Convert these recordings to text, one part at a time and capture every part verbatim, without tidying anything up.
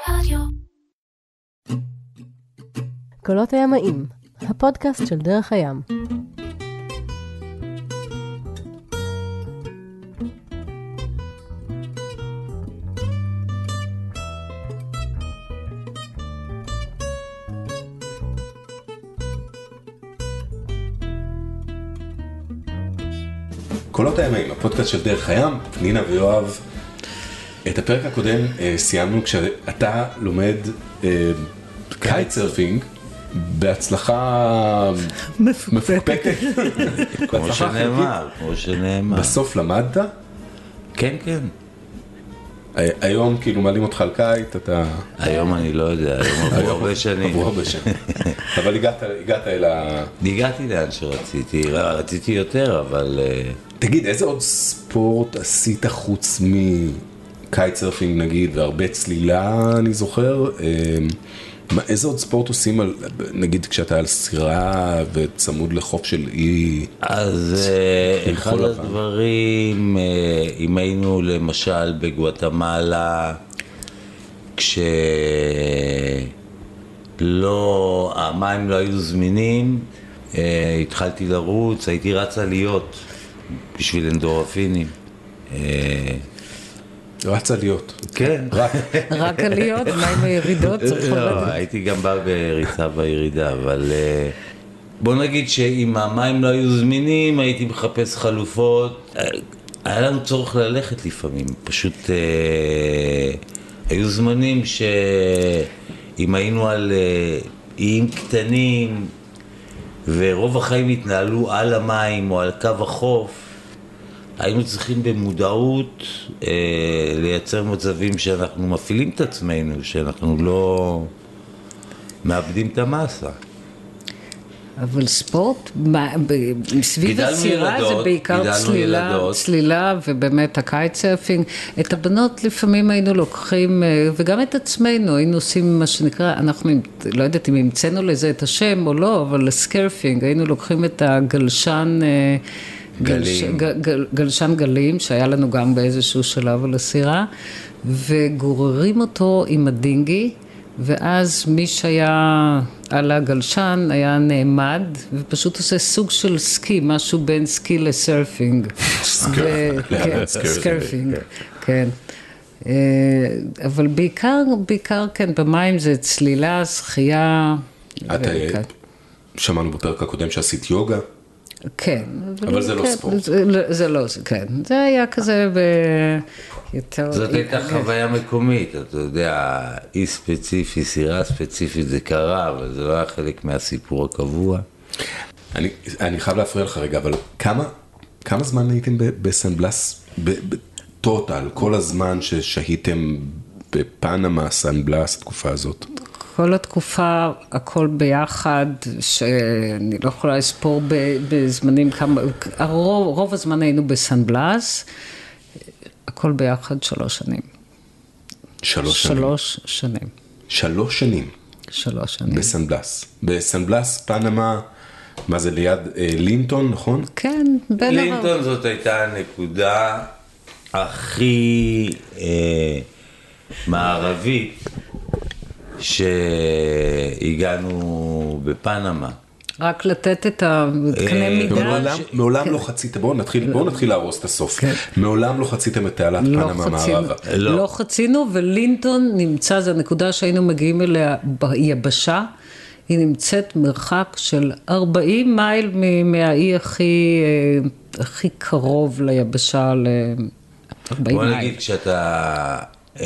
רדיו. קולות הימאים, הפודקאסט של דרך הים. קולות הימאים, הפודקאסט של דרך הים, פנינה ויואב. את הפרק הקודם סיימנו כשאתה לומד קייטסרפינג בהצלחה מפוקפקת. כמו שנאמר, כמו שנאמר. בסוף למדת? כן, כן. היום כאילו מעלים אותך על קייט, אתה... היום אני לא יודע, היום עברו הרבה שנים. עברו הרבה שנים. אבל הגעת אל ה... הגעתי לאן שרציתי, רציתי יותר, אבל... תגיד, איזה עוד ספורט עשית חוץ מקייטסרפינג נגיד, והרבה צלילה אני זוכר? איזה עוד ספורט עושים, על, נגיד כשאתה על סירה וצמוד לחוף של אי? אז אחד הדברים, אם היינו למשל בגואטמלה, כשלא, המים לא היו זמינים, התחלתי לרוץ, הייתי רץ עליות בשביל אנדורפינים. רץ עליות. כן. רק עליות, מה עם הירידות? לא, הייתי גם בא בריצה בירידה, אבל בוא נגיד שאם המים לא היו זמינים, הייתי מחפש חלופות. היה לנו צורך ללכת לפעמים, פשוט היו זמנים שאם היינו על איים קטנים, ורוב החיים התנהלו על המים או על קו החוף, היינו צריכים במודעות אה, לייצר מצבים שאנחנו מפעילים את עצמנו, שאנחנו לא מאבדים את המסה. אבל ספורט, סביב הסירה זה בעיקר צלילה, צלילה ובאמת הקייטסרפינג. את הבנות לפעמים היינו לוקחים, וגם את עצמנו, היינו עושים מה שנקרא, אנחנו לא יודעת אם המצאנו לזה את השם או לא, אבל לסקרפינג, היינו לוקחים את הגלשן, גלים. גל, גל, גלשן גלים, שהיה לנו גם באיזשהו שלב על הסירה, וגוררים אותו עם הדינגי, ואז מי שהיה על הגלשן היה נעמד ופשוט עושה סוג של סקי, משהו בין סקי לסרפינג. סקרפינג, כן. אבל בעיקר, בעיקר כן, במים זה צלילה, שחייה. שמענו בפרק הקודם שעשית יוגה. כן. אבל זה לא ספורט. זה לא, כן. זה היה כזה ב... זאת הייתה חוויה מקומית, אתה יודע, אי ספציפי, סירה ספציפית זה קרה, אבל זה לא היה חלק מהסיפור הקבוע. אני, אני חייב להפריע לך רגע, אבל כמה, כמה זמן הייתם בסן בלאס, בטוטל, כל הזמן ששהיתם בפנמה, סן בלאס, התקופה הזאת? כל התקופה, הכל ביחד, שאני לא יכולה לספור בזמנים כמה, הרוב, רוב הזמן היינו בסן בלאס, הכל ביחד שלוש שנים. שלוש שנים? שלוש שנים. שלוש שנים? שלוש שנים. בסן בלאס. בסן בלאס, פנמה, מה זה ליד אה, לינטון, נכון? כן. לינטון הרב. זאת הייתה הנקודה הכי אה, מערבית שהגענו בפנמה. רק לתת את הקנה מידה. מעולם לא חציתם, בואו נתחיל להרוס את הסוף. מעולם לא חציתם את תעלת פנמה מערבה. לא חצינו, ולינטון נמצא, זו הנקודה שהיינו מגיעים אליה ביבשה, היא נמצאת מרחק של ארבעים מייל מהאי הכי קרוב ליבשה, ל-ארבעים מייל. בוא נגיד כשאתה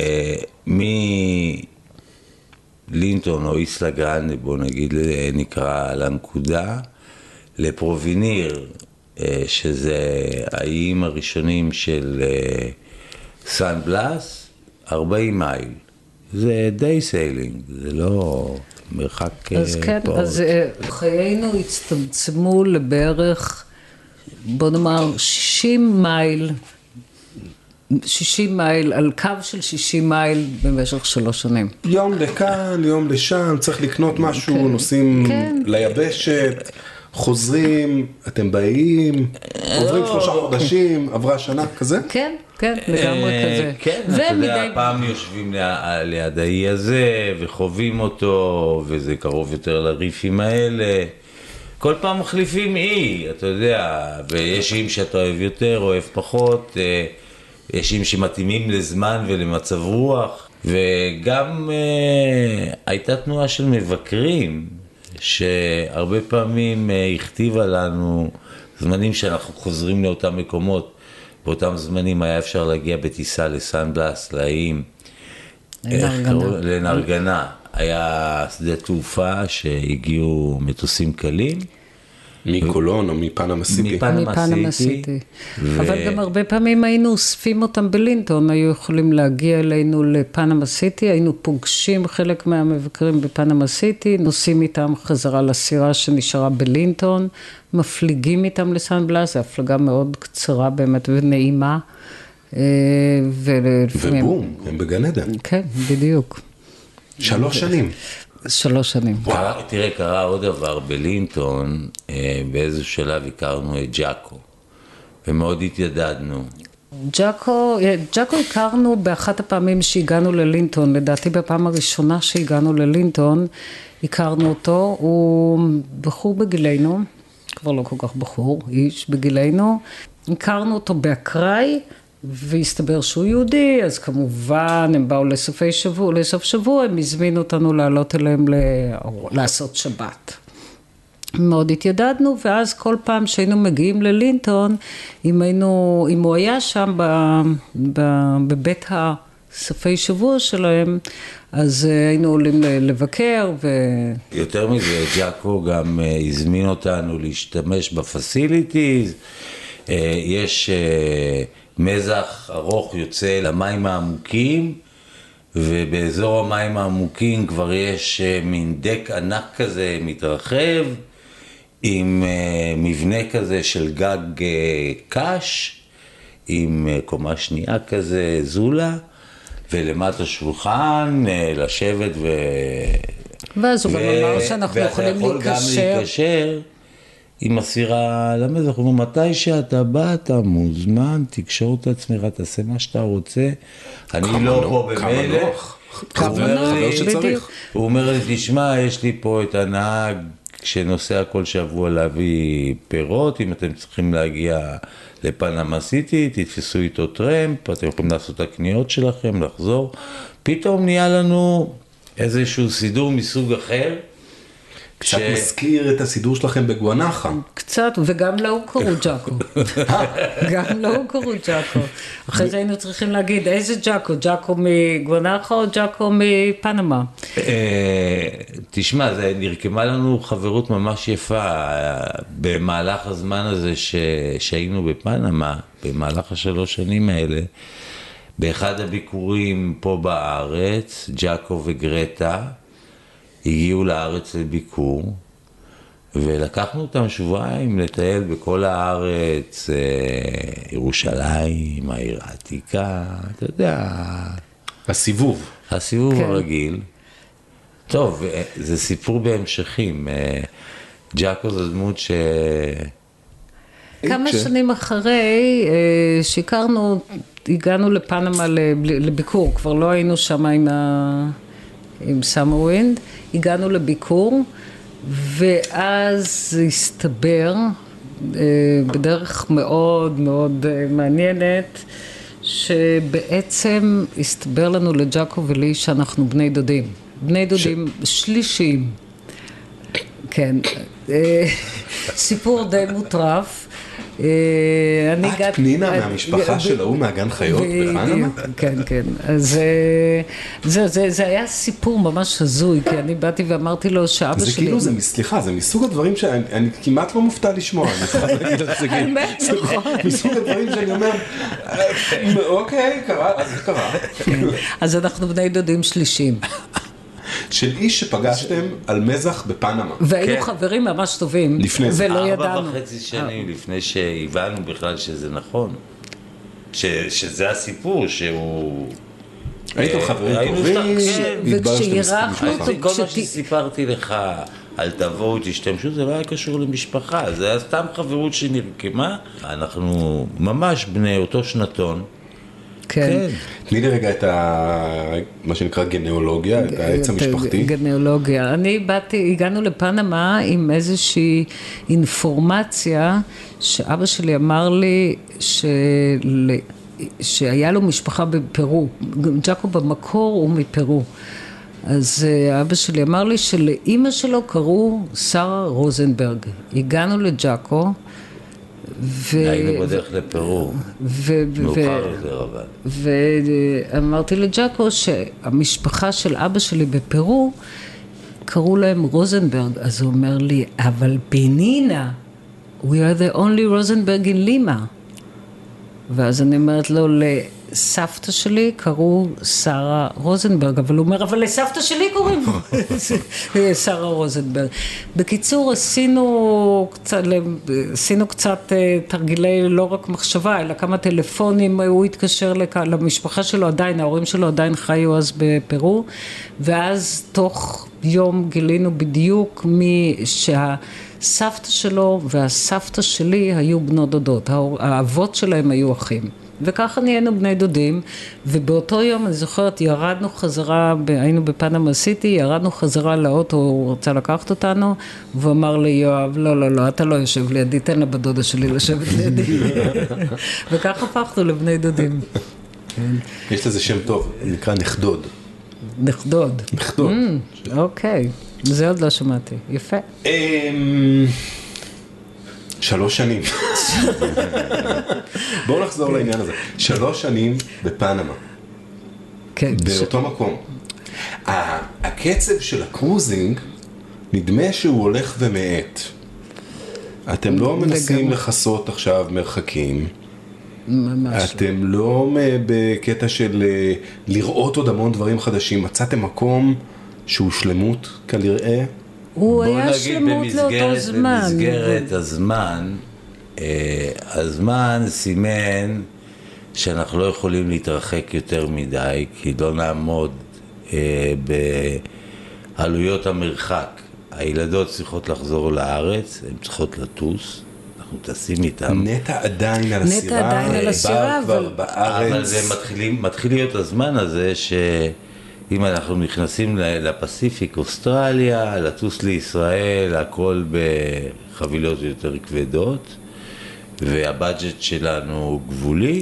לינטון או איסלה גרנדה, בוא נגיד, נקרא לנקודה, לפרוביניר, שזה האיים הראשונים של סן בלאס, ארבעים מייל. זה די סיילינג, זה לא מרחק... אז כן, פורט. אז חיינו הצטמצמו לבערך, בוא נאמר, שישים מייל, שישים מייל, על קו של שישים מייל במשך שלוש שנים. יום לכאן, יום לשם, צריך לקנות משהו, כן, נוסעים כן. ליבשת, חוזרים, אתם באים, עוברים שלושה חודשים, עברה שנה, כזה? כן, כן, לגמרי כזה. כן, אתה יודע, פעם יושבים ליד האי הזה, וחווים אותו, וזה קרוב יותר לריפים האלה. כל פעם מחליפים אי, אתה יודע, ויש איים שאתה אוהב יותר, אוהב פחות, יש איים שמתאימים לזמן ולמצב רוח, וגם אה, הייתה תנועה של מבקרים, שהרבה פעמים אה, הכתיבה לנו זמנים שאנחנו חוזרים לאותם מקומות, באותם זמנים היה אפשר להגיע בטיסה לסן בלאס, לאיים, לנרגנה. היה שדה תעופה שהגיעו מטוסים קלים. מקולון או מפנמה סיטי. מפנמה סיטי. אבל גם הרבה פעמים היינו אוספים אותם בלינטון, היו יכולים להגיע אלינו לפנמה סיטי, היינו פוגשים חלק מהמבקרים בפנמה סיטי, נוסעים איתם חזרה לסירה שנשארה בלינטון, מפליגים איתם לסן בלאס, זו הפלגה מאוד קצרה באמת ונעימה. ובום, הם בגן עדן. כן, בדיוק. שלוש שנים. שלוש שנים. וואו. תראה, קרה עוד דבר בלינטון, באיזו שלב הכרנו את ג'אקו, ומאוד התיידדנו. ג'אקו, ג'אקו הכרנו באחת הפעמים שהגענו ללינטון, לדעתי בפעם הראשונה שהגענו ללינטון, הכרנו אותו, הוא בחור בגילנו, כבר לא כל כך בחור, איש בגילנו, הכרנו אותו באקראי, והסתבר שהוא יהודי, אז כמובן הם באו לסופי שבוע, לסוף שבוע, הם הזמינו אותנו לעלות אליהם ל... לעשות שבת. מאוד התיידדנו, ואז כל פעם שהיינו מגיעים ללינטון, אם היינו, אם הוא היה שם ב... ב... בבית הסופי שבוע שלהם, אז היינו עולים לבקר ו... יותר מזה, ג'אקו גם הזמין אותנו להשתמש בפסיליטיז, יש מזח ארוך יוצא למים העמוקים, ובאזור המים העמוקים כבר יש מין דק ענק כזה מתרחב, עם מבנה כזה של גג קש, עם קומה שנייה כזה זולה, ולמטה שולחן, לשבת ו... ואז הוא גם אמר שאנחנו יכולים להיקשר. ואתה יכול גם להיקשר עם הסירה למזח, הוא אומר, מתי שאתה בא, אתה מוזמן, תקשור את עצמך, תעשה מה שאתה רוצה, אני לא פה במלך. כמה נוח, בדיוק. הוא אומר לי, תשמע, יש לי פה את הנהג שנוסע כל שבוע להביא פירות, אם אתם צריכים להגיע לפנמה סיטי, תתפסו איתו טרמפ, אתם יכולים לעשות את הקניות שלכם, לחזור. פתאום נהיה לנו איזשהו סידור מסוג אחר, קצת ש... מזכיר את הסידור שלכם בגואנחה. קצת, וגם לא קורו ג'אקו. גם לא קורו ג'אקו. אחרי זה היינו צריכים להגיד, איזה ג'אקו? ג'אקו מגואנחה או ג'אקו מפנמה? תשמע, זה נרקמה לנו חברות ממש יפה. במהלך הזמן הזה ש... שהיינו בפנמה, במהלך השלוש שנים האלה, באחד הביקורים פה בארץ, ג'אקו וגרטה, הגיעו לארץ לביקור, ולקחנו אותם שבועיים לטייל בכל הארץ, ירושלים, העיר העתיקה, אתה יודע. הסיבוב. הסיבוב כן. הרגיל. טוב, זה סיפור בהמשכים. ג'אקו זו דמות ש... כמה שנים אחרי שהכרנו, הגענו לפנמה לביקור, כבר לא היינו שם עם ה... עם סאמרווינד, הגענו לביקור, ואז הסתבר, בדרך מאוד מאוד מעניינת, שבעצם הסתבר לנו לג'אקו ולי שאנחנו בני דודים. בני דודים ש... שלישיים. כן. סיפור די מוטרף. את פנינה מהמשפחה של ההוא מהגן חיות בפנמה? כן, כן. אז זה היה סיפור ממש הזוי, כי אני באתי ואמרתי לו שאבא שלי... זה כאילו, סליחה, זה מסוג הדברים שאני כמעט לא מופתע לשמוע, אני חייב להגיד לך, זה מסוג הדברים שאני אומר, אוקיי, קרה, אז זה קרה. אז אנחנו בני דודים שלישים. של איש שפגשתם על מזח בפנמה. והיינו חברים ממש טובים. לפני זה. ולא ידענו. ארבע וחצי שנים לפני שהבנו בכלל שזה נכון. שזה הסיפור שהוא... הייתם חברים טובים. וכשירחנו אותו... כל מה שסיפרתי לך אל תבואו, תשתמשו, זה לא היה קשור למשפחה, זה היה סתם חברות שנרקמה, אנחנו ממש בני אותו שנתון. כן. תני לי רגע את ה... מה שנקרא גנאולוגיה, את העץ המשפחתי. גנאולוגיה. אני באתי, הגענו לפנמה עם איזושהי אינפורמציה שאבא שלי אמר לי של... שהיה לו משפחה בפרו. ג'אקו במקור הוא מפרו. אז אבא שלי אמר לי שלאמא שלו קראו שרה רוזנברג. הגענו לג'אקו, היינו בדרך לפרו, מאוחר יותר אבל. ואמרתי לג'אקו שהמשפחה של אבא שלי בפרו, קראו להם רוזנברג, אז הוא אומר לי, אבל בנינה, we are the only רוזנברג in לימה. ואז אני אומרת לו, לסבתא שלי קראו שרה רוזנברג, אבל הוא אומר, אבל לסבתא שלי קוראים שרה רוזנברג. בקיצור, עשינו קצת, עשינו קצת תרגילי לא רק מחשבה, אלא כמה טלפונים, הוא התקשר למשפחה שלו עדיין, ההורים שלו עדיין חיו אז בפרו, ואז תוך יום גילינו בדיוק מי שה... סבתא שלו והסבתא שלי היו בנות דודות, האבות שלהם היו אחים. וככה נהיינו בני דודים, ובאותו יום אני זוכרת, ירדנו חזרה, היינו בפנמה סיטי, ירדנו חזרה לאוטו, הוא רצה לקחת אותנו, והוא אמר לי, יואב, לא, לא, לא, אתה לא יושב לידי, תן לבת דודה שלי לשבת לידי. וככה הפכנו לבני דודים. יש לזה שם טוב, נקרא נכדוד. נכדוד. נכדוד. אוקיי. זה עוד לא שמעתי, יפה. שלוש שנים. בואו נחזור לעניין הזה. שלוש שנים בפנמה. כן. באותו מקום. הקצב של הקרוזינג, נדמה שהוא הולך ומעט. אתם לא מנסים לחסות עכשיו מרחקים. ממש. אתם לא בקטע של לראות עוד המון דברים חדשים. מצאתם מקום... שהוא שלמות כנראה. הוא היה שלמות לאותו זמן. במסגרת הזמן, הזמן סימן שאנחנו לא יכולים להתרחק יותר מדי, כי לא נעמוד בעלויות המרחק. הילדות צריכות לחזור לארץ, הן צריכות לטוס, אנחנו טסים איתם. נטע עדיין על הסירה. נטע עדיין על הסירה, אבל בארץ. אבל זה מתחיל להיות הזמן הזה ש... אם אנחנו נכנסים לפסיפיק, אוסטרליה, לטוס לישראל, הכל בחבילות יותר כבדות, והבאג'ט שלנו גבולי,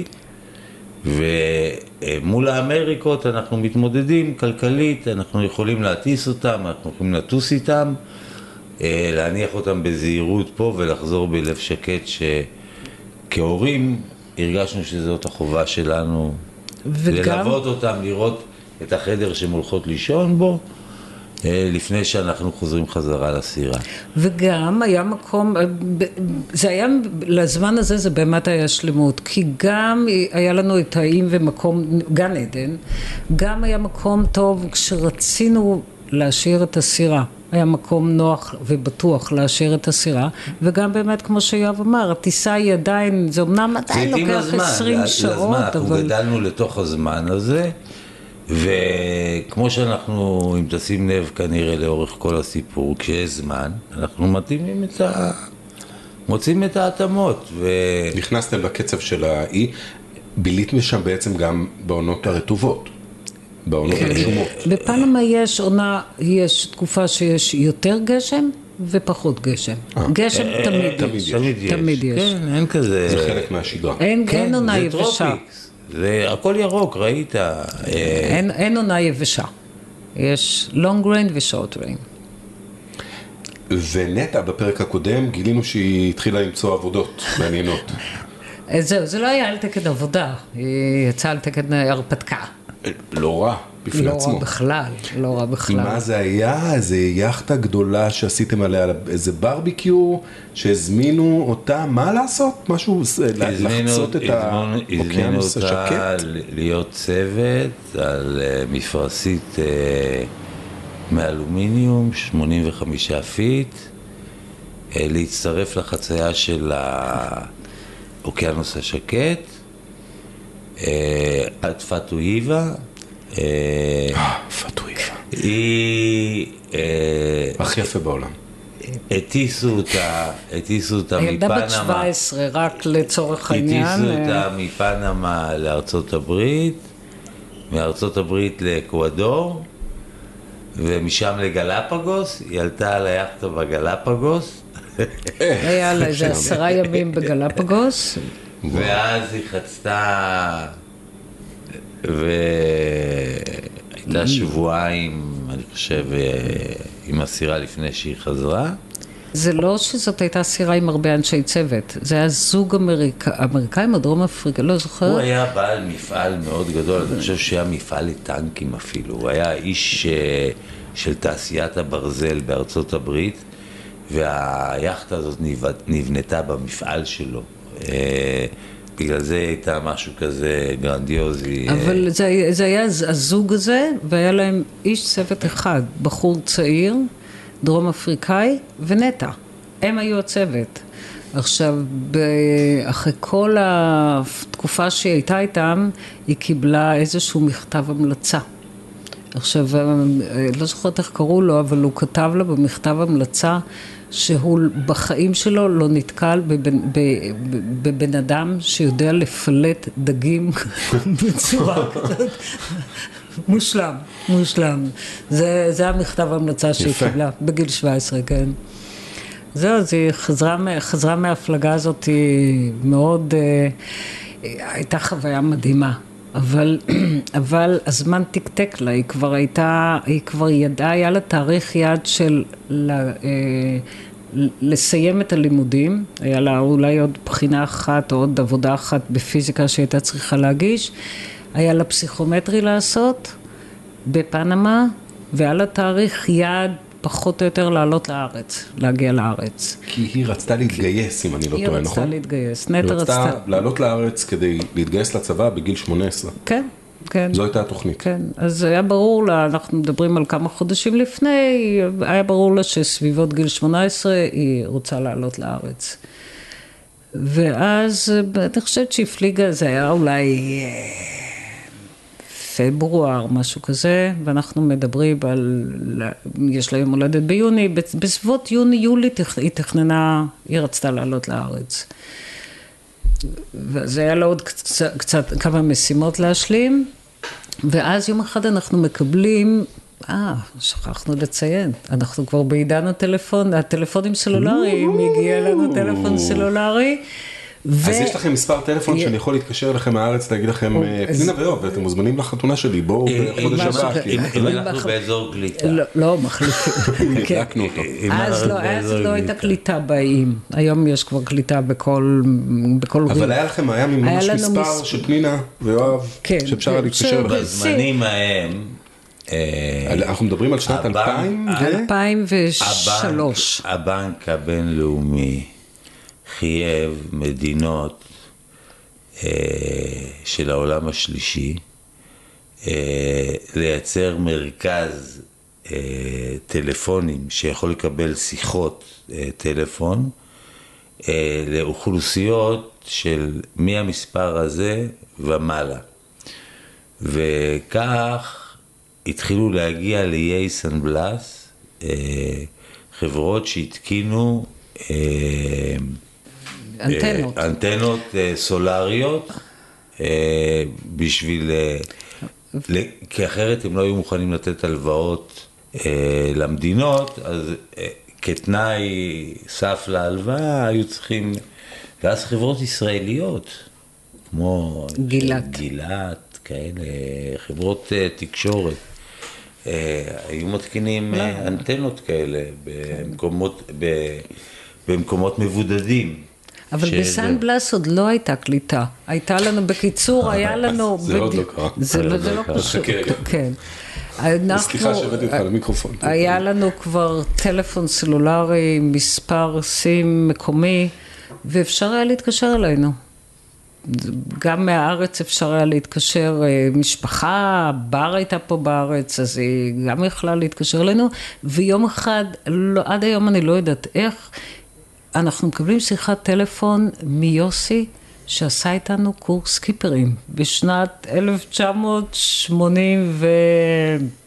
ומול האמריקות אנחנו מתמודדים כלכלית, אנחנו יכולים להטיס אותם, אנחנו יכולים לטוס איתם, להניח אותם בזהירות פה ולחזור בלב שקט, שכהורים הרגשנו שזאת החובה שלנו, וגם... ללוות אותם, לראות את החדר שהן הולכות לישון בו, לפני שאנחנו חוזרים חזרה לסירה. וגם היה מקום, זה היה, לזמן הזה זה באמת היה שלמות, כי גם היה לנו את האיים ומקום, גן עדן, גם היה מקום טוב כשרצינו להשאיר את הסירה. היה מקום נוח ובטוח להשאיר את הסירה, וגם באמת, כמו שיואב אמר, הטיסה היא עדיין, זה אמנם עדיין לוקח עשרים שעות, אבל... אנחנו גדלנו לתוך הזמן הזה, וכמו שאנחנו, אם תשים לב כנראה לאורך כל הסיפור, כשיש זמן, אנחנו מתאימים את ה... מוצאים את ההתאמות. ו... נכנסתם בקצב של האי, ביליתם שם בעצם גם בעונות הרטובות, בעונות הרשומות. בפנמה יש עונה, יש תקופה שיש יותר גשם ופחות גשם. גשם תמיד יש. תמיד יש. כן, אין כזה... זה חלק מהשגרה. אין עונה יבשה. זה הכל ירוק, ראית? אין, אין עונה יבשה. יש long rain ו-short rain. ונטע בפרק הקודם גילינו שהיא התחילה למצוא עבודות מעניינות. זהו, זה לא היה על תקן עבודה, היא יצאה על תקן הרפתקה. לא רע, בפני לא עצמו. רע בכלל, לא רע בכלל. מה זה היה? איזו יחטה גדולה שעשיתם עליה, איזה ברביקיו שהזמינו אותה, מה לעשות? משהו, לחצות את האוקיינוס השקט? הזמינו אותה להיות צוות על מפרסית מאלומיניום, שמונים וחמישה פיט, להצטרף לחצייה של האוקיינוס השקט, עד פאטו-היבה. פאטו-היבה. היא... הכי יפה בעולם. הטיסו אותה, הטיסו אותה מפנמה. הילדה בת שבע עשרה, רק לצורך העניין. הטיסו אותה מפנמה לארצות הברית, מארצות הברית לאקוודור, ומשם לגלפגוס, היא עלתה על היאכטה בגלפגוס. היה לה איזה עשרה ימים בגלפגוס. ואז היא חצתה, והייתה שבועיים, אני חושב, עם הסירה לפני שהיא חזרה. זה לא שזאת הייתה סירה עם הרבה אנשי צוות, זה היה זוג אמריקא, אמריקאים או דרום אפריקה, לא זוכר. הוא היה בעל מפעל מאוד גדול, אני חושב שהיה מפעל לטנקים אפילו, הוא היה איש של תעשיית הברזל בארצות הברית, והיאכטה הזאת נבנתה במפעל שלו. בגלל זה הייתה משהו כזה גרנדיוזי. אבל זה, זה היה הזוג הזה, והיה להם איש צוות אחד, בחור צעיר, דרום אפריקאי ונטע. הם היו הצוות. עכשיו, אחרי כל התקופה שהיא הייתה איתם, היא קיבלה איזשהו מכתב המלצה. עכשיו, לא זוכרת איך קראו לו, אבל הוא כתב לה במכתב המלצה, שהוא בחיים שלו לא נתקל בבן, בבן אדם שיודע לפלט דגים בצורה כזאת. מושלם, מושלם. זה, זה המכתב המלצה שהיא קיבלה בגיל שבע עשרה, כן. זהו, אז היא חזרה, חזרה מההפלגה הזאת, היא מאוד, הייתה חוויה מדהימה. אבל, אבל הזמן תקתק לה, היא כבר הייתה, היא כבר ידעה, היה לה תאריך יד של לה, לסיים את הלימודים, היה לה אולי עוד בחינה אחת או עוד עבודה אחת בפיזיקה שהייתה צריכה להגיש, היה לה פסיכומטרי לעשות בפנמה, והיה לה תאריך יד פחות או יותר לעלות לארץ, להגיע לארץ. כי היא רצתה להתגייס, אם אני לא טועה, נכון? היא רצתה להתגייס. היא רצתה לעלות לארץ כדי להתגייס לצבא בגיל שמונה עשרה. כן, כן. זו הייתה התוכנית. כן, אז היה ברור לה, אנחנו מדברים על כמה חודשים לפני, היה ברור לה שסביבות גיל שמונה עשרה היא רוצה לעלות לארץ. ואז אני חושבת שהפליגה, זה היה אולי פברואר, משהו כזה, ואנחנו מדברים על, יש לה יום הולדת ביוני, בסביבות יוני-יולי היא תכננה, היא רצתה לעלות לארץ. וזה היה לה עוד קצת, קצת כמה משימות להשלים, ואז יום אחד אנחנו מקבלים, אה, שכחנו לציין, אנחנו כבר בעידן הטלפון, הטלפונים סלולריים, הגיע לנו טלפון סלולרי, אז יש לכם מספר טלפון שאני יכול להתקשר לכם מהארץ, להגיד לכם, פנינה ויוב, ואתם מוזמנים לחתונה שלי, בואו בחודש הבא. אם אנחנו באזור קליטה. לא, מחליפים. הקלקנו אותו. אז לא הייתה קליטה באיים, היום יש כבר קליטה בכל ריב. אבל היה לכם, היה ממש מספר של פנינה ויואב, שאפשר להתקשר לכם. בזמנים ההם, אנחנו מדברים על שנת אלפיים? אלפיים ושלוש. הבנק הבינלאומי חייב מדינות אה, של העולם השלישי אה, לייצר מרכז אה, טלפונים שיכול לקבל שיחות אה, טלפון אה, לאוכלוסיות של מהמספר הזה ומעלה. וכך התחילו להגיע ל-Yates and Blass אה, חברות שהתקינו אה, אנטנות. אנטנות סולריות, בשביל, כי אחרת הם לא היו מוכנים לתת הלוואות למדינות, אז כתנאי סף להלוואה היו צריכים, ואז חברות ישראליות, כמו גילת, גילת, כאלה, חברות תקשורת, היו מתקינים אנטנות כאלה במקומות, במקומות מבודדים. אבל בסן בלאס עוד לא הייתה קליטה. הייתה לנו, בקיצור, היה לנו... זה עוד לא קרה. זה לא קשור. כן. סליחה שהבאתי אותך למיקרופון. היה לנו כבר טלפון סלולרי, מספר סים מקומי, ואפשר היה להתקשר אלינו. גם מהארץ אפשר היה להתקשר, משפחה, בר הייתה פה בארץ, אז היא גם יכלה להתקשר אלינו, ויום אחד, עד היום אני לא יודעת איך, אנחנו מקבלים שיחת טלפון מיוסי, שעשה איתנו קורס סקיפרים, בשנת אלף תשע מאות שמונים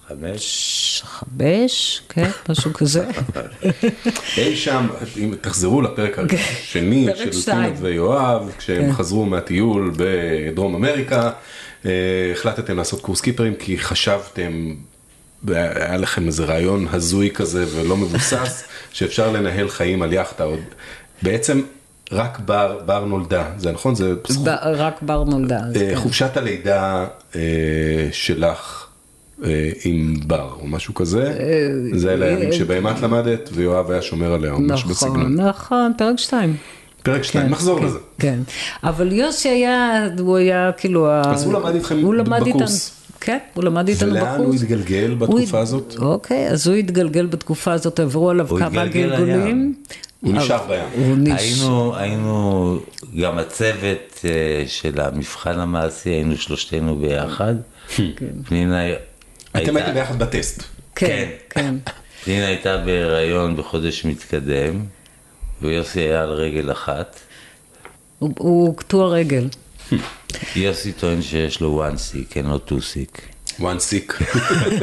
חמש. חמש, כן, משהו כזה. אי שם, אם תחזרו לפרק השני של פינת ויואב, כשהם חזרו מהטיול בדרום אמריקה, החלטתם לעשות קורס קיפרים, כי חשבתם, היה לכם איזה רעיון הזוי כזה ולא מבוסס, שאפשר לנהל חיים על יחטה. בעצם רק בר, בר נולדה, זה נכון? זה רק בר נולדה. חופשת הלידה שלך, עם בר או משהו כזה, זה אלה הימים שבהם את למדת ויואב היה שומר עליה או משהו בסגנון. נכון, נכון, פרק שתיים. פרק שתיים, נחזור לזה. כן, אבל יוסי היה, הוא היה כאילו... אז הוא למד איתכם בקורס. כן, הוא למד איתנו בקורס. ולאן הוא התגלגל בתקופה הזאת? אוקיי, אז הוא התגלגל בתקופה הזאת, עברו עליו כמה גלגולים. הוא נשאר בים. היינו, היינו גם הצוות של המבחן המעשי, היינו שלושתנו ביחד. פנינה... אתם הייתם ביחד בטסט. כן, כן. פנינה הייתה בהיריון בחודש מתקדם, ויוסי היה על רגל אחת. הוא קטוע רגל. יוסי טוען שיש לו one sick, אין לו two sick. one sick.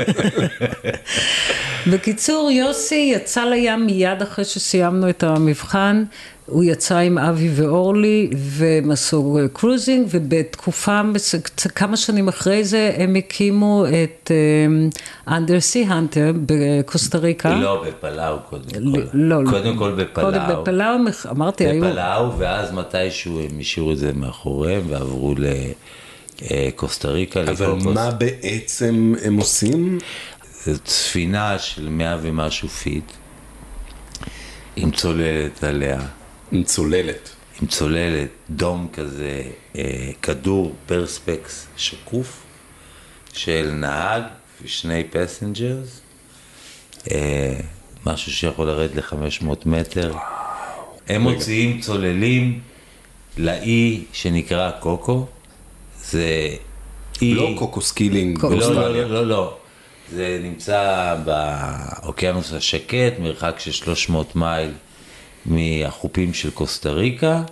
בקיצור, יוסי יצא לים מיד אחרי שסיימנו את המבחן, הוא יצא עם אבי ואורלי והם עשו קרוזינג, ובתקופה, כמה שנים אחרי זה, הם הקימו את Undersea Hunter בקוסטה ריקה. לא, בפלאו קודם כל. לא, לא. קודם כל בפלאו. קודם בפלאו, אמרתי, היו... בפלאו, ואז מתישהו הם השאירו את זה מאחוריהם, ועברו לקוסטה ריקה. אבל מה בעצם הם עושים? זו ספינה של מאה ומשהו פיט, עם צוללת עליה. עם צוללת. עם צוללת, דום כזה, אה, כדור פרספקס שקוף, של נהג ושני פסנג'רס, אה, משהו שיכול לרדת ל-חמש מאות מטר. הם מוציאים צוללים לאי שנקרא קוקו, זה אי... לא קוקו סקילינג. לא, לא, לא, לא, לא. זה נמצא באוקיינוס השקט, מרחק של שלוש מאות מייל מהחופים של קוסטה ריקה.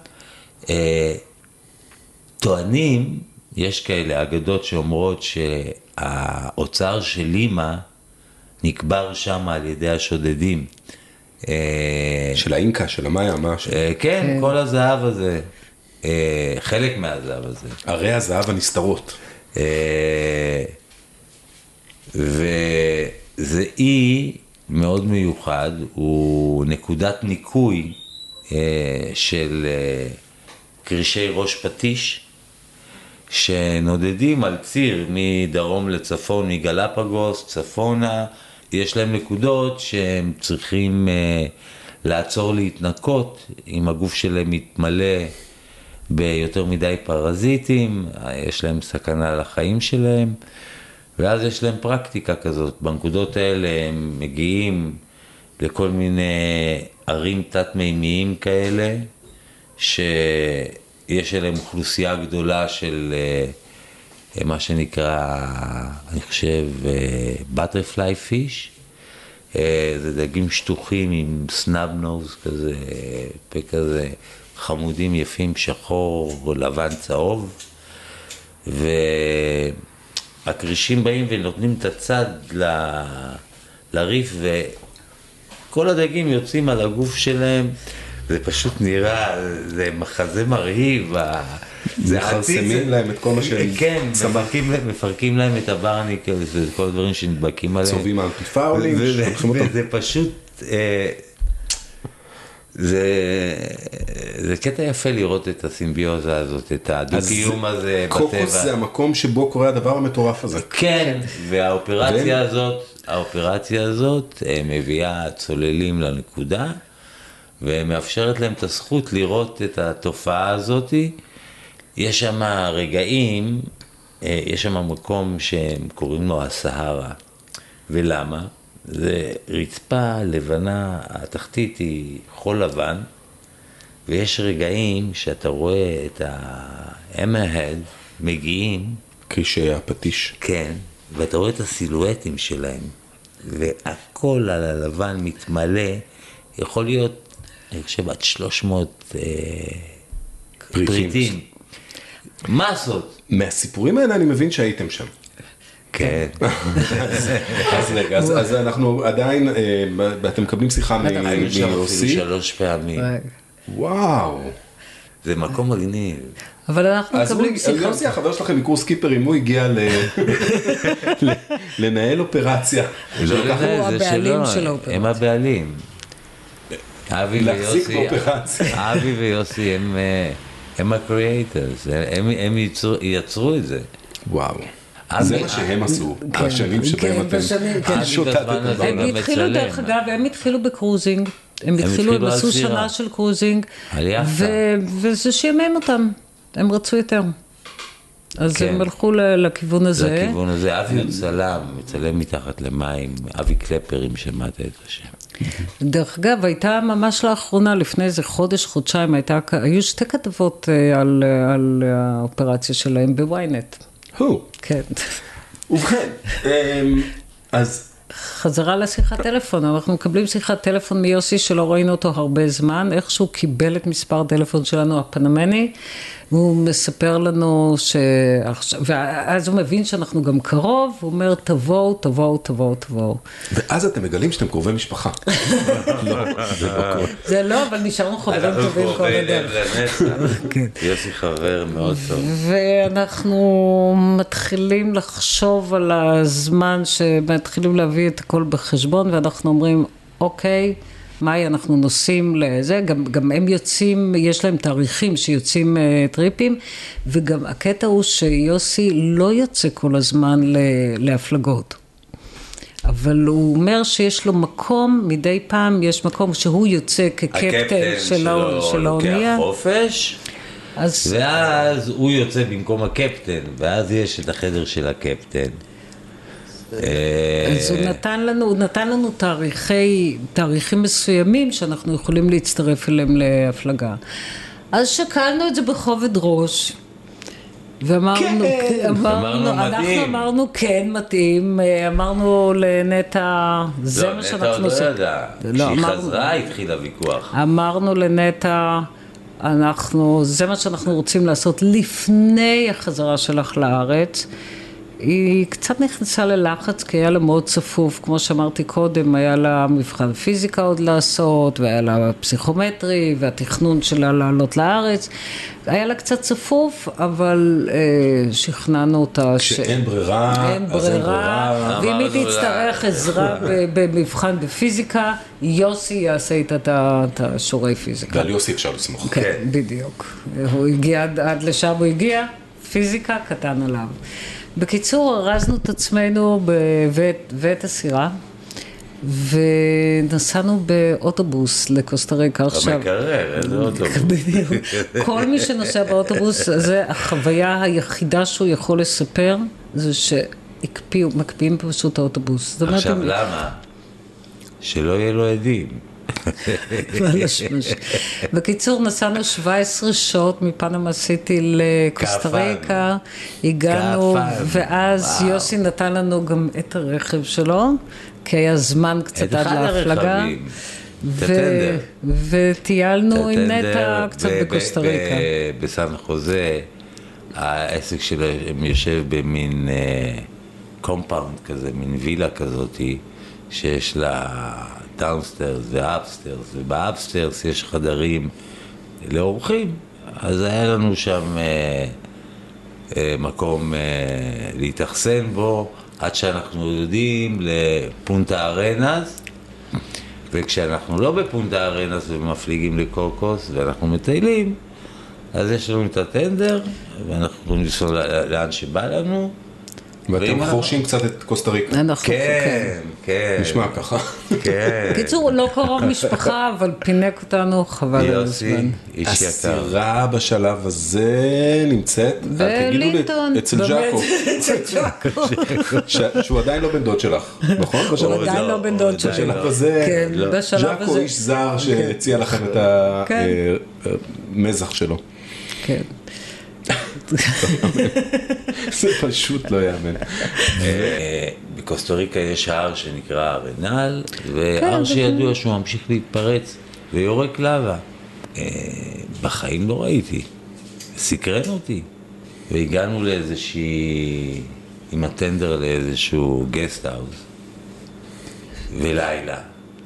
טוענים, יש כאלה אגדות שאומרות שהאוצר של לימה נקבר שם על ידי השודדים. של האינקה, של המאיה, מה? כן, כל הזהב הזה. חלק מהזהב הזה. הרי הזהב הנסתרות. וזה אי מאוד מיוחד, הוא נקודת ניקוי של קרישי ראש פטיש, שנודדים על ציר מדרום לצפון, מגלפגוס, צפונה, יש להם נקודות שהם צריכים לעצור להתנקות, אם הגוף שלהם מתמלא ביותר מדי פרזיטים, יש להם סכנה לחיים שלהם, ואז יש להם פרקטיקה כזאת, בנקודות האלה הם מגיעים לכל מיני ערים תת-מימיים כאלה, שיש אליהם אוכלוסייה גדולה של מה שנקרא, אני חושב, בטרפליי פיש, זה דגים שטוחים עם סנאב נוז כזה, פה כזה, חמודים יפים, שחור, לבן, צהוב, ו... הקרישים באים ונותנים את הצד ל... לריף, וכל הדגים יוצאים על הגוף שלהם, זה פשוט נראה, זה מחזה מרהיב, זה חרסמים להם את כל מה שהם... כן, מפרקים, מפרקים להם את הברניקל, וזה כל הדברים שנדבקים עליהם. צובעים האנטיפאולים, וזה פשוט... זה, זה קטע יפה לראות את הסימביוזה הזאת, את הדו-קיום הזה בטבע. קוקוס זה המקום שבו קורה הדבר המטורף הזה. כן, והאופרציה הזאת, האופרציה הזאת מביאה צוללים לנקודה, ומאפשרת להם את הזכות לראות את התופעה הזאת. יש שם רגעים, יש שם מקום שהם קוראים לו הסהרה. ולמה? זה רצפה לבנה, התחתית היא חול לבן, ויש רגעים שאתה רואה את ה-Hammerhead מגיעים. קרישי הפטיש. כן, ואתה רואה את הסילואטים שלהם, והכל על הלבן מתמלא, יכול להיות, אני חושב, עד שלוש מאות אה, פריטים. מסות. מהסיפורים האלה אני מבין שהייתם שם. כן. אז רגע, אז אנחנו עדיין, אתם מקבלים שיחה מיוסי? היו שם אפילו שלוש פעמים. וואו. זה מקום מגניב. אבל אנחנו מקבלים שיחה. אז יוסי, החבר שלכם מקורס קיפרים, הוא הגיע לנהל אופרציה. הוא הבעלים של האופרציה. הם הבעלים. להחזיק באופרציה. אבי ויוסי הם הקריאייטרס, הם יצרו את זה. וואו. זה מה שהם עשו, השנים שבהם אתם שוטטתם. הם התחילו דרך אגב, הם התחילו בקרוזינג, הם התחילו, הם עשו שנה של קרוזינג, וזה שימם אותם, הם רצו יותר. אז הם הלכו לכיוון הזה. לכיוון הזה, אבי הוא צלם, מצלם מתחת למים, אבי קלפר, אם שמעת את השם. דרך אגב, הייתה ממש לאחרונה, לפני איזה חודש, חודשיים, היו שתי כתבות על האופרציה שלהם בוויינט. הו. כן. ובכן, אז... חזרה לשיחת טלפון, אנחנו מקבלים שיחת טלפון מיוסי שלא ראינו אותו הרבה זמן, איכשהו קיבל את מספר טלפון שלנו הפנמני, והוא מספר לנו ש... ואז הוא מבין שאנחנו גם קרוב, הוא אומר תבואו, תבואו, תבואו, תבואו. ואז אתם מגלים שאתם קרובי משפחה. לא, זה לא קורה. זה לא, אבל נשארנו חברים טובים כל הדרך. יוסי חבר מאוד טוב. ואנחנו מתחילים לחשוב על הזמן שמתחילים להביא את הכל בחשבון, ואנחנו אומרים, אוקיי, מאי, אנחנו נוסעים לזה, גם, גם הם יוצאים, יש להם תאריכים שיוצאים uh, טריפים, וגם הקטע הוא שיוסי לא יוצא כל הזמן להפלגות. אבל הוא אומר שיש לו מקום, מדי פעם יש מקום שהוא יוצא כקפטן של האונייה. לוקח חופש, אז... ואז הוא יוצא במקום הקפטן, ואז יש את החדר של הקפטן. אז הוא נתן לנו, הוא נתן לנו תאריכי, תאריכים מסוימים שאנחנו יכולים להצטרף אליהם להפלגה. אז שקלנו את זה בכובד ראש, ואמרנו, אמרנו, אנחנו אמרנו כן מתאים, אמרנו לנטה, זה מה שאנחנו עושים. כשהיא חזרה התחיל הוויכוח. אמרנו לנטה, אנחנו, זה מה שאנחנו רוצים לעשות לפני החזרה שלך לארץ. היא קצת נכנסה ללחץ, כי היה לה מאוד צפוף, כמו שאמרתי קודם, היה לה מבחן פיזיקה עוד לעשות, והיה לה פסיכומטרי, והתכנון שלה לעלות לארץ. היה לה קצת צפוף, אבל אה, שכנענו אותה ש... שאין ברירה, אין ברירה, אין ברירה. ואם היא תצטרך עזרה במבחן בפיזיקה, יוסי יעשה איתה את השורי פיזיקה. ועל יוסי אפשר לסמוך. כן, כן. בדיוק. הוא הגיע עד, עד לשם, הוא הגיע, פיזיקה קטן עליו. בקיצור, הרזנו את עצמנו ואת, ואת הסירה, ונסענו באוטובוס לקוסטה ריקה עכשיו. המקרר, איזה אוטובוס. בדיוק. כל מי שנוסע באוטובוס, זה החוויה היחידה שהוא יכול לספר, זה שהקפיאו, מקפיאים פשוט האוטובוס. עכשיו למה? שלא יהיה לו עדים. בקיצור, נסענו שבע עשרה שעות מפנמה סיטי לקוסטה ריקה, הגענו, ואז יוסי נתן לנו גם את הרכב שלו, כי היה זמן קצת עד להפלגה, וטיילנו עם נטה קצת בקוסטה ריקה. בסן חוזה, העסק שלהם יושב במין קומפאונד כזה, מין וילה כזאת, שיש לה דאונסטרס ואפסטרס, ובאפסטרס יש חדרים לאורחים, אז היה לנו שם אה, אה, מקום אה, להתאכסן בו, עד שאנחנו יודעים לפונטה ארנס, וכשאנחנו לא בפונטה ארנס ומפליגים לקוקוס ואנחנו מטיילים, אז יש לנו את הטנדר, ואנחנו יכולים לנסוע לאן שבא לנו, ואתם חורשים קצת את קוסטה ריקה. כן, כן. נשמע ככה. כן. קיצור, לא קרוב משפחה, אבל פינק אותנו חבל על הזמן. הסירה בשלב הזה נמצאת, בלינטון. אצל ג'אקו. שהוא עדיין לא בן דוד שלך, נכון? הוא עדיין לא בן דוד שלך. בשלב הזה, ג'אקו איש זר שהציע לכם את המזח שלו. כן. זה פשוט לא יאמן. בקוסטה ריקה יש הר שנקרא ארנל, והר שידוע שהוא ממשיך להתפרץ ויורק לבה. בחיים לא ראיתי, סקרן אותי, והגענו לאיזושהי עם הטנדר לאיזשהו גסט האוס, ולילה,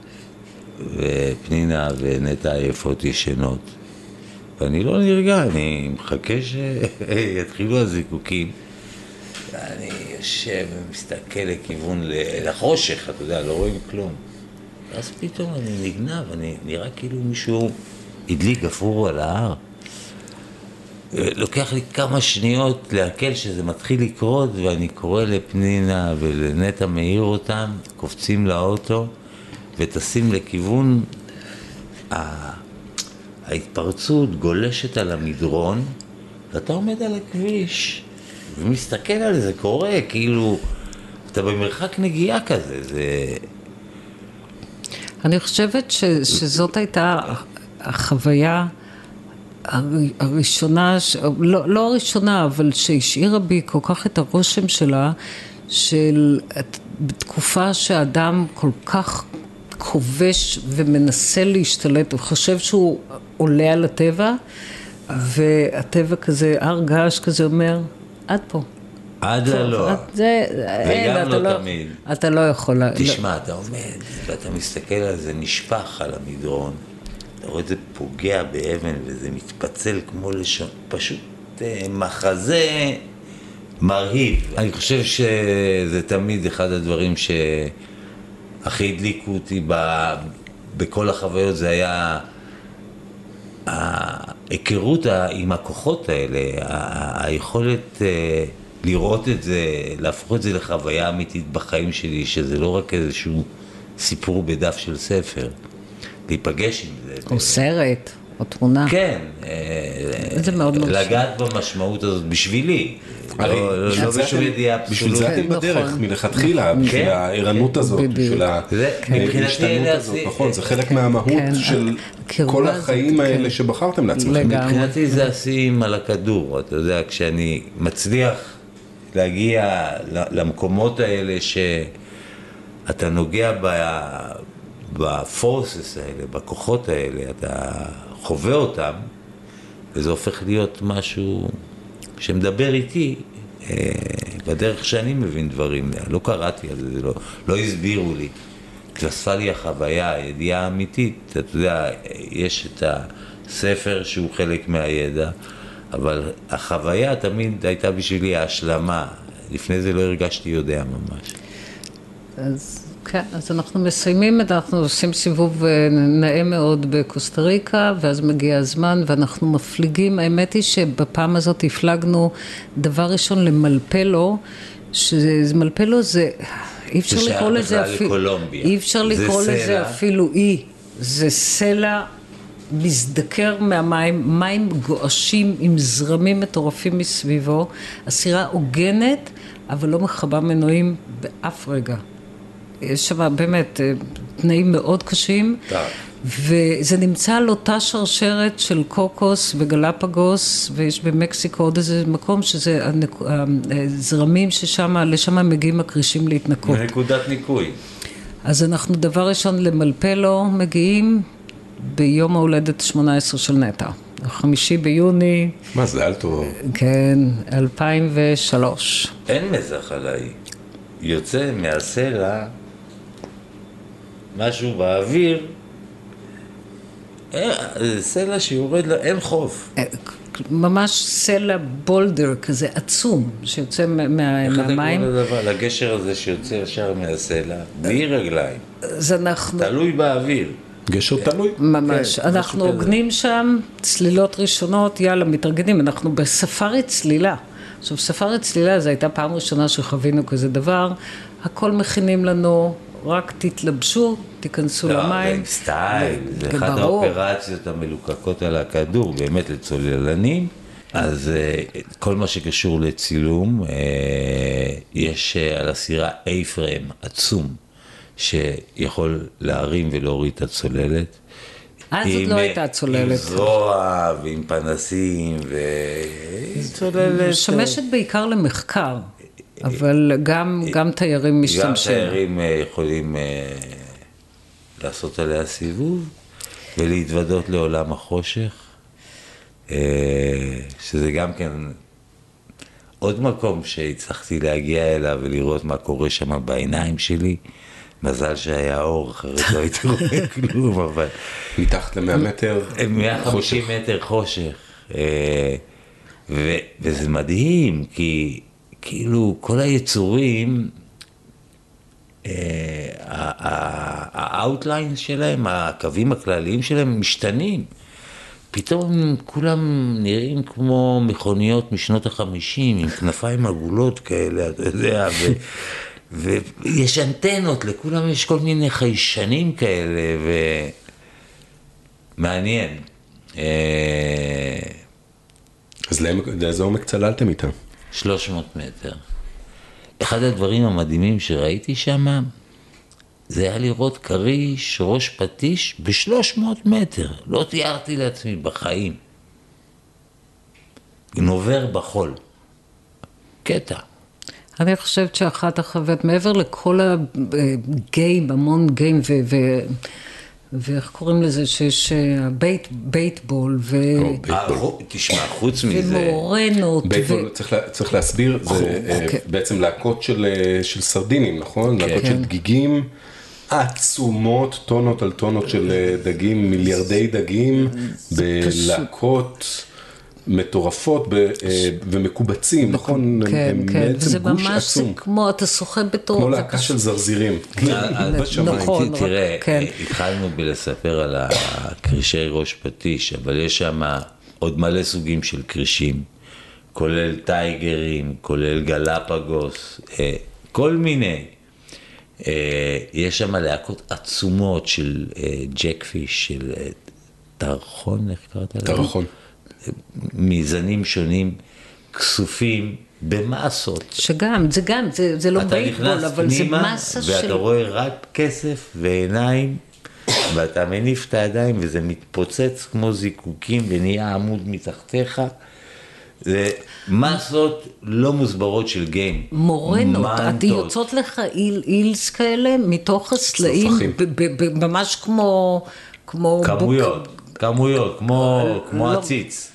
ופנינה ונטע עייפות ישנות, ואני לא נרגע, אני מחכה שיתחילו הזיקוקים, ואני יושב ומסתכל לכיוון, לחושך, אתה יודע, לא רואים כלום. ואז פתאום אני נגנב, אני נראה כאילו מישהו הדליק גפרור על ההר. לוקח לי כמה שניות להקל שזה מתחיל לקרות, ואני קורא לפנינה ולנטע מאיר אותם, קופצים לאוטו, וטסים לכיוון ההתפרצות, גולשת על המדרון, ואתה עומד על הכביש, ומסתכל על זה, קורה, כאילו, אתה במרחק נגיעה כזה, זה... אני חושבת ש, שזאת הייתה החוויה הראשונה, לא, לא הראשונה, אבל שהשאירה בי כל כך את הרושם שלה, של בתקופה שהאדם כל כך כובש ומנסה להשתלט, הוא חושב שהוא עולה על הטבע, והטבע כזה, הר געש כזה אומר, עד פה. עד ללא. וגם לא תמיד. אתה לא יכול... תשמע, אתה עומד, ואתה מסתכל על זה, נשפך על המדרון, אתה רואה את זה פוגע באבן, וזה מתפצל כמו לשון, פשוט מחזה מרהיב. אני חושב שזה תמיד אחד הדברים שהכי הדליקו אותי בכל החוויות, זה היה ההיכרות עם הכוחות האלה, היכולת לראות את זה, להפוך את זה לחוויה אמיתית בחיים שלי, שזה לא רק איזשהו סיפור בדף של ספר, להיפגש עם זה. או סרט, או תמונה. כן, זה מאוד מאוד לגעת במשמעות הזאת בשבילי. לא בשביל ידיעה פסולית. בשביל זה אתם בדרך, מלכתחילה, בשביל הערנות הזאת, בשביל ההשתנות הזאת, נכון, זה חלק מהמהות של כל החיים האלה שבחרתם לעצמכם. מבחינתי זה השיאים על הכדור, אתה יודע, כשאני מצליח להגיע למקומות האלה שאתה נוגע בפורסס האלה, בכוחות האלה, אתה חווה אותם, וזה הופך להיות משהו שמדבר איתי בדרך שאני מבין דברים. לא קראתי על זה, לא, לא הסבירו לי. התווספה לי החוויה, הידיעה האמיתית. אתה יודע, יש את הספר שהוא חלק מהידע, אבל החוויה תמיד הייתה בשבילי ההשלמה. לפני זה לא הרגשתי יודע ממש. אז כן, אז אנחנו מסיימים, אנחנו עושים סיבוב נאה מאוד בקוסטה ריקה, ואז מגיע הזמן ואנחנו מפליגים. האמת היא שבפעם הזאת הפלגנו דבר ראשון למלפלו, שמלפלו זה, אי אפשר לקרוא לזה אפילו, אי אפשר לקרוא לזה אפילו אי, זה סלע מזדקר מהמים, מים גועשים עם זרמים מטורפים מסביבו, הסירה עוגנת, אבל לא מחבה מנועים באף רגע. יש שם באמת תנאים מאוד קשים, וזה נמצא על אותה שרשרת של קוקוס וגלפגוס, ויש במקסיקו עוד איזה מקום שזה הזרמים ששם, לשם מגיעים הקרישים להתנקות. נקודת ניקוי. אז אנחנו דבר ראשון למלפלו מגיעים ביום ההולדת שמונה עשרה של נטע. חמישי ביוני. מזל טוב. כן, אלפיים ושלוש. אין מזח עליי. יוצא מהסלע משהו באוויר, זה סלע שיורד, אין חוף. ממש סלע בולדר כזה עצום שיוצא מהמים. איך אתה קורא לדבר? לגשר הזה שיוצא ישר מהסלע, בלי רגליים. אז אנחנו... תלוי באוויר. גשר תלוי. ממש. אנחנו עוגנים שם, צלילות ראשונות, יאללה, מתרגנים. אנחנו בספארי צלילה. עכשיו, ספארי צלילה, זו הייתה פעם ראשונה שחווינו כזה דבר. הכל מכינים לנו, רק תתלבשו, תיכנסו למים. לא, סטייל, זה אחת האופרציות המלוקקות על הכדור, באמת לצוללנים. אז כל מה שקשור לצילום, יש על הסירה A-frame עצום, שיכול להרים ולהוריד את הצוללת. אז זאת לא הייתה צוללת. עם זרוע ועם פנסים וצוללת. משמשת בעיקר למחקר, אבל גם, גם תיירים משתמשים. גם תיירים יכולים לעשות עליה סיבוב ולהתוודות לעולם החושך, שזה גם כן עוד מקום שהצלחתי להגיע אליו ולראות מה קורה שם בעיניים שלי, מזל שהיה אור, אחרת לא הייתי רואה כלום, אבל... מתחת למאה מטר חושך. מאה וחמישים מטר חושך. ו- וזה מדהים, כי כאילו כל היצורים, האוטליין שלהם, הקווים הכלליים שלהם משתנים. פתאום כולם נראים כמו מכוניות משנות החמישים, עם כנפיים עגולות כאלה, אתה יודע, ו... ויש אנטנות, לכולם יש כל מיני חיישנים כאלה, ומעניין. אז לאיזה עומק צללתם איתם? שלוש מאות מטר. אחד הדברים המדהימים שראיתי שם, זה היה לראות קריש, ראש פטיש, ב-שלוש מאות מטר. לא תיארתי לעצמי בחיים. נובר בחול. קטע. אני חושבת שאחת החוויות, מעבר לכל הגיים, המון גיים, ו... ו... ואיך קוראים לזה שיש בייט, בייטבול, ו... תשמע, חוץ מזה... ומורנות. בייטבול, צריך להסביר, זה בעצם להקות של סרדינים, נכון? להקות של דגיגים עצומות, טונות על טונות של דגים, מיליארדי דגים, בלהקות מטורפות ומקובצים, נכון? כן, כן, וזה ממש כמו, אתה שוחה בתור... כמו להקה של זרזירים. נכון, תראה, התחלנו בלספר על הקרישי ראש פטיש, אבל יש שם עוד מלא סוגים של קרישים, כולל טייגרים, כולל גלפגוס, כל מיני. יש שם להקות עצומות של ג'קפיש, של טרחון, איך קראת עליו? טרחון. מזנים שונים, כסופים, במסות. שגם, זה גם, זה, זה לא בייטבול, אבל זה מסה של... ואתה רואה רק כסף ועיניים, ואתה מניף את הידיים, וזה מתפוצץ כמו זיקוקים, ונהיה עמוד מתחתיך. זה מסות לא מוסברות של גיים. מורנות, את יוצאות לך איל, אילס כאלה, מתוך הסלעים, ממש כמו... כמו כמויות, בוק... כמויות, כמו, כמו לא... הציץ.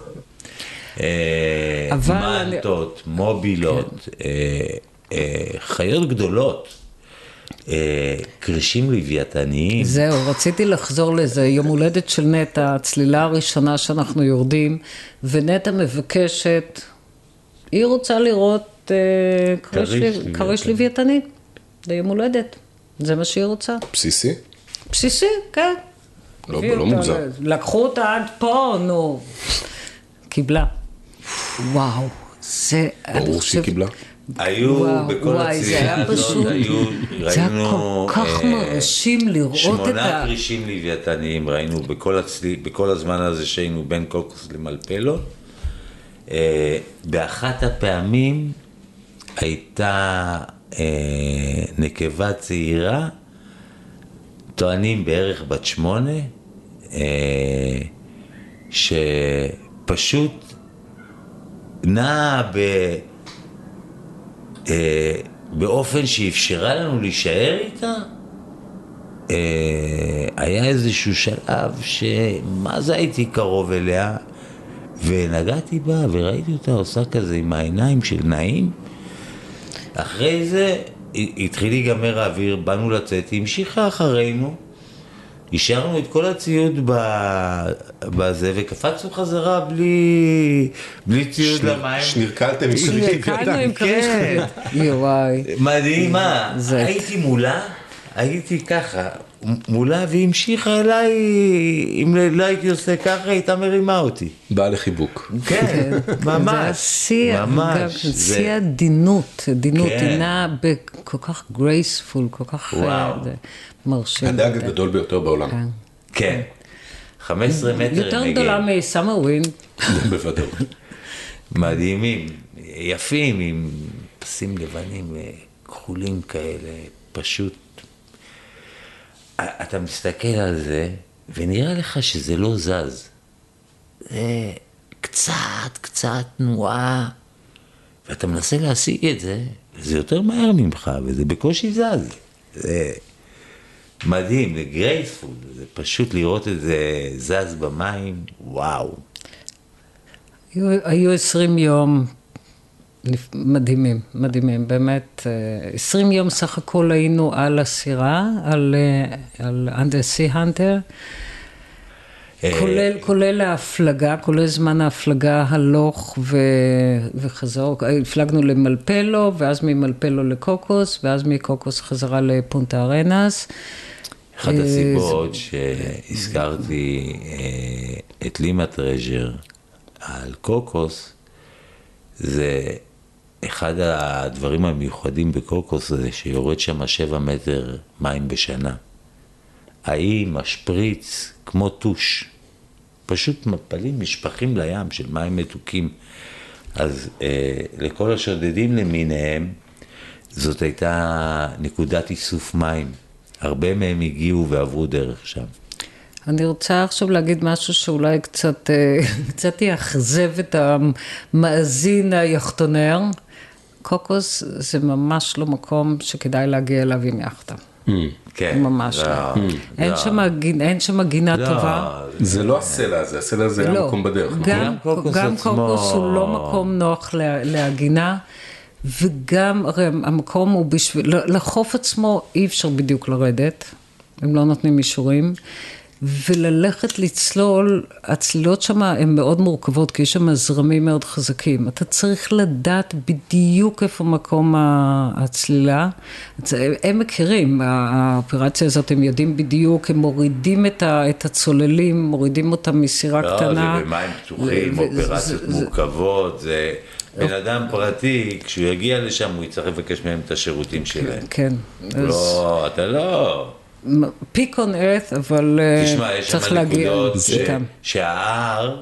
מנטות, אני... מובילות, כן. חיות גדולות, קרישים לוויתניים. זהו, רציתי לחזור לזה, יום הולדת של נטה, הצלילה הראשונה שאנחנו יורדים, ונטה מבקשת, היא רוצה לראות קריש לוויתני, זה יום הולדת, זה מה שהיא רוצה. בסיסי? בסיסי, כן. לא, לא מוגזר. לקחו אותה עד פה, נו. קיבלה. וואו, זה... ברור שהיא קיבלה. היו בכל הצלילה הזאת, היו, ראינו... זה היה כל כך מרשים לראות את ה... שמונה קרישים לוויתניים ראינו בכל הזמן הזה שהיינו בין קוקוס למלפלו. באחת הפעמים הייתה נקבה צעירה, טוענים בערך בת שמונה, שפשוט נעה ב... באופן שאפשרה לנו להישאר איתה. היה איזשהו שלב שמה זה הייתי קרוב אליה, ונגעתי בה וראיתי אותה עושה כזה עם העיניים של נעים. אחרי זה התחיל להיגמר האוויר, באנו לצאת, המשיכה אחרינו, השארנו את כל הציוד בזה, וקפצנו חזרה בלי, בלי ציוד למים. שנרקלתם עם כריש לוויתן. עם כריש לוויתן. מדהימה. הייתי מולה, הייתי ככה, מולה והמשיכה אליי, אם לא הייתי עושה ככה, הייתה מרימה אותי. באה לחיבוק. כן, ממש. ממש. זה שיא עדינות, עדינות, עינה בכל כך גרייספול, כל כך מרשים. הדג הגדול ביותר בעולם. כן. חמש עשרה מטר. יותר גדולה מסאמר ווינד. בוודאות. מדהימים, יפים, עם פסים לבנים כחולים כאלה, פשוט. אתה מסתכל על זה, ונראה לך שזה לא זז. זה קצת, קצת תנועה, ואתה מנסה להשיג את זה, וזה יותר מהר ממך, וזה בקושי זז. זה מדהים, זה גרייספול, זה פשוט לראות את זה זז במים, וואו. היו, היו עשרים יום מדהימים, מדהימים, באמת, עשרים יום סך הכל היינו על הסירה, על, על Undersea Hunter, כולל, כולל ההפלגה, כולל זמן ההפלגה הלוך ו, וחזור, הפלגנו למלפלו, ואז ממלפלו לקוקוס, ואז מקוקוס חזרה לפונטה ארנס. אחת הסיבות שהזכרתי את לימה טרז'ר על קוקוס, זה אחד הדברים המיוחדים בקוקוס, זה שיורד שם שבע מטר מים בשנה. האי משפריץ כמו טוש, פשוט מפלים משפחים לים של מים מתוקים. אז אה, לכל השודדים למיניהם, זאת הייתה נקודת איסוף מים. הרבה מהם הגיעו ועברו דרך שם. אני רוצה עכשיו להגיד משהו שאולי קצת, קצת יאכזב את המאזין היחטונר. קוקוס זה ממש לא מקום שכדאי להגיע אליו עם יחטה. כן. ממש לא. אין שם, אין שם גינה טובה. זה לא הסלע הזה, הסלע זה היה מקום בדרך. גם קוקוס הוא לא מקום נוח להגינה, וגם הרי המקום הוא בשביל, לחוף עצמו אי אפשר בדיוק לרדת, הם לא נותנים אישורים, וללכת לצלול, הצלילות שם הן מאוד מורכבות, כי יש שם זרמים מאוד חזקים. אתה צריך לדעת בדיוק איפה מקום הצלילה. הם מכירים, האופרציה הזאת, הם יודעים בדיוק, הם מורידים את הצוללים, מורידים אותם מסירה קטנה. לא, זה במים פתוחים, אופרציות מורכבות, זה בן אדם פרטי, כשהוא יגיע לשם, הוא יצטרך לבקש מהם את השירותים שלהם. כן. לא, אתה לא... פיק און ארת, אבל צריך להגיע איתם. שההר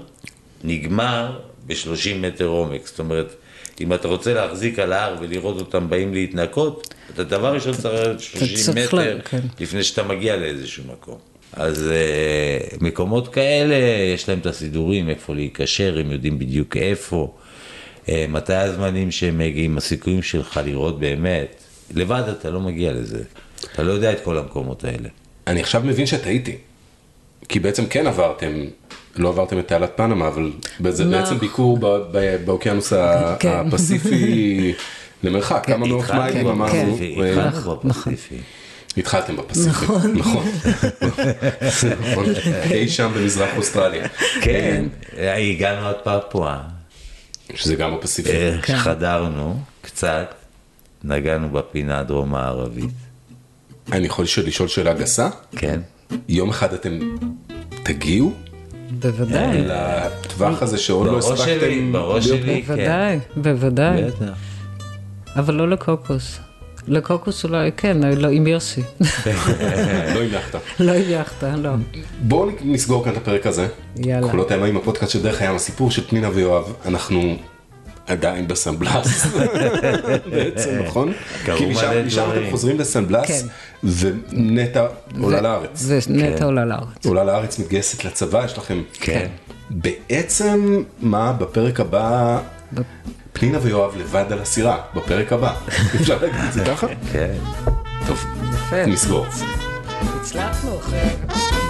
נגמר ב-שלושים מטר עומק, זאת אומרת, אם אתה רוצה להחזיק על ההר ולראות אותם באים להתנקות, אתה דבר ראשון צריך שלושים מטר לפני שאתה מגיע לאיזשהו מקום. אז מקומות כאלה, יש להם את הסידורים, איפה להיקשר, הם יודעים בדיוק איפה, מתי הזמנים שהם מגיעים, הסיכויים שלך לראות באמת, לבד אתה לא מגיע לזה. אתה לא יודע את כל המקומות האלה. אני עכשיו מבין שטעיתי, כי בעצם כן עברתם, לא עברתם את תעלת פנמה, אבל זה בעצם ביקור באוקיינוס הפסיפי למרחק, כמה מאות מיילים אמרנו. התחלנו בפסיפי. התחלתם בפסיפי, נכון. נכון, אי שם במזרח אוסטרליה. כן, הגענו עד פפואה. שזה גם בפסיפי. חדרנו קצת, נגענו בפינה הדרום הערבית. אני יכול לשאול שאלה גסה? כן. יום אחד אתם תגיעו? בוודאי. לטווח הזה שעוד לא הספקתם? בראש שלי, כן. בוודאי, בוודאי. אבל לא לקוקוס. לקוקוס אולי, כן, לא עם יוסי. לא עם יחטה. לא עם יחטה, לא. בואו נסגור כאן את הפרק הזה. יאללה. קולות הימים, הפודקאסט של דרך הים, הסיפור של פנינה ויואב, אנחנו... עדיין בסנבלס, בעצם, נכון? כי משם אתם חוזרים לסנבלס, ונטע עולה לארץ. ונטע עולה לארץ. עולה לארץ, מתגייסת לצבא, יש לכם... כן. בעצם, מה בפרק הבא, פנינה ויואב לבד על הסירה, בפרק הבא. אפשר להגיד את זה ככה? כן. טוב, נסגור. הצלחנו אחרי...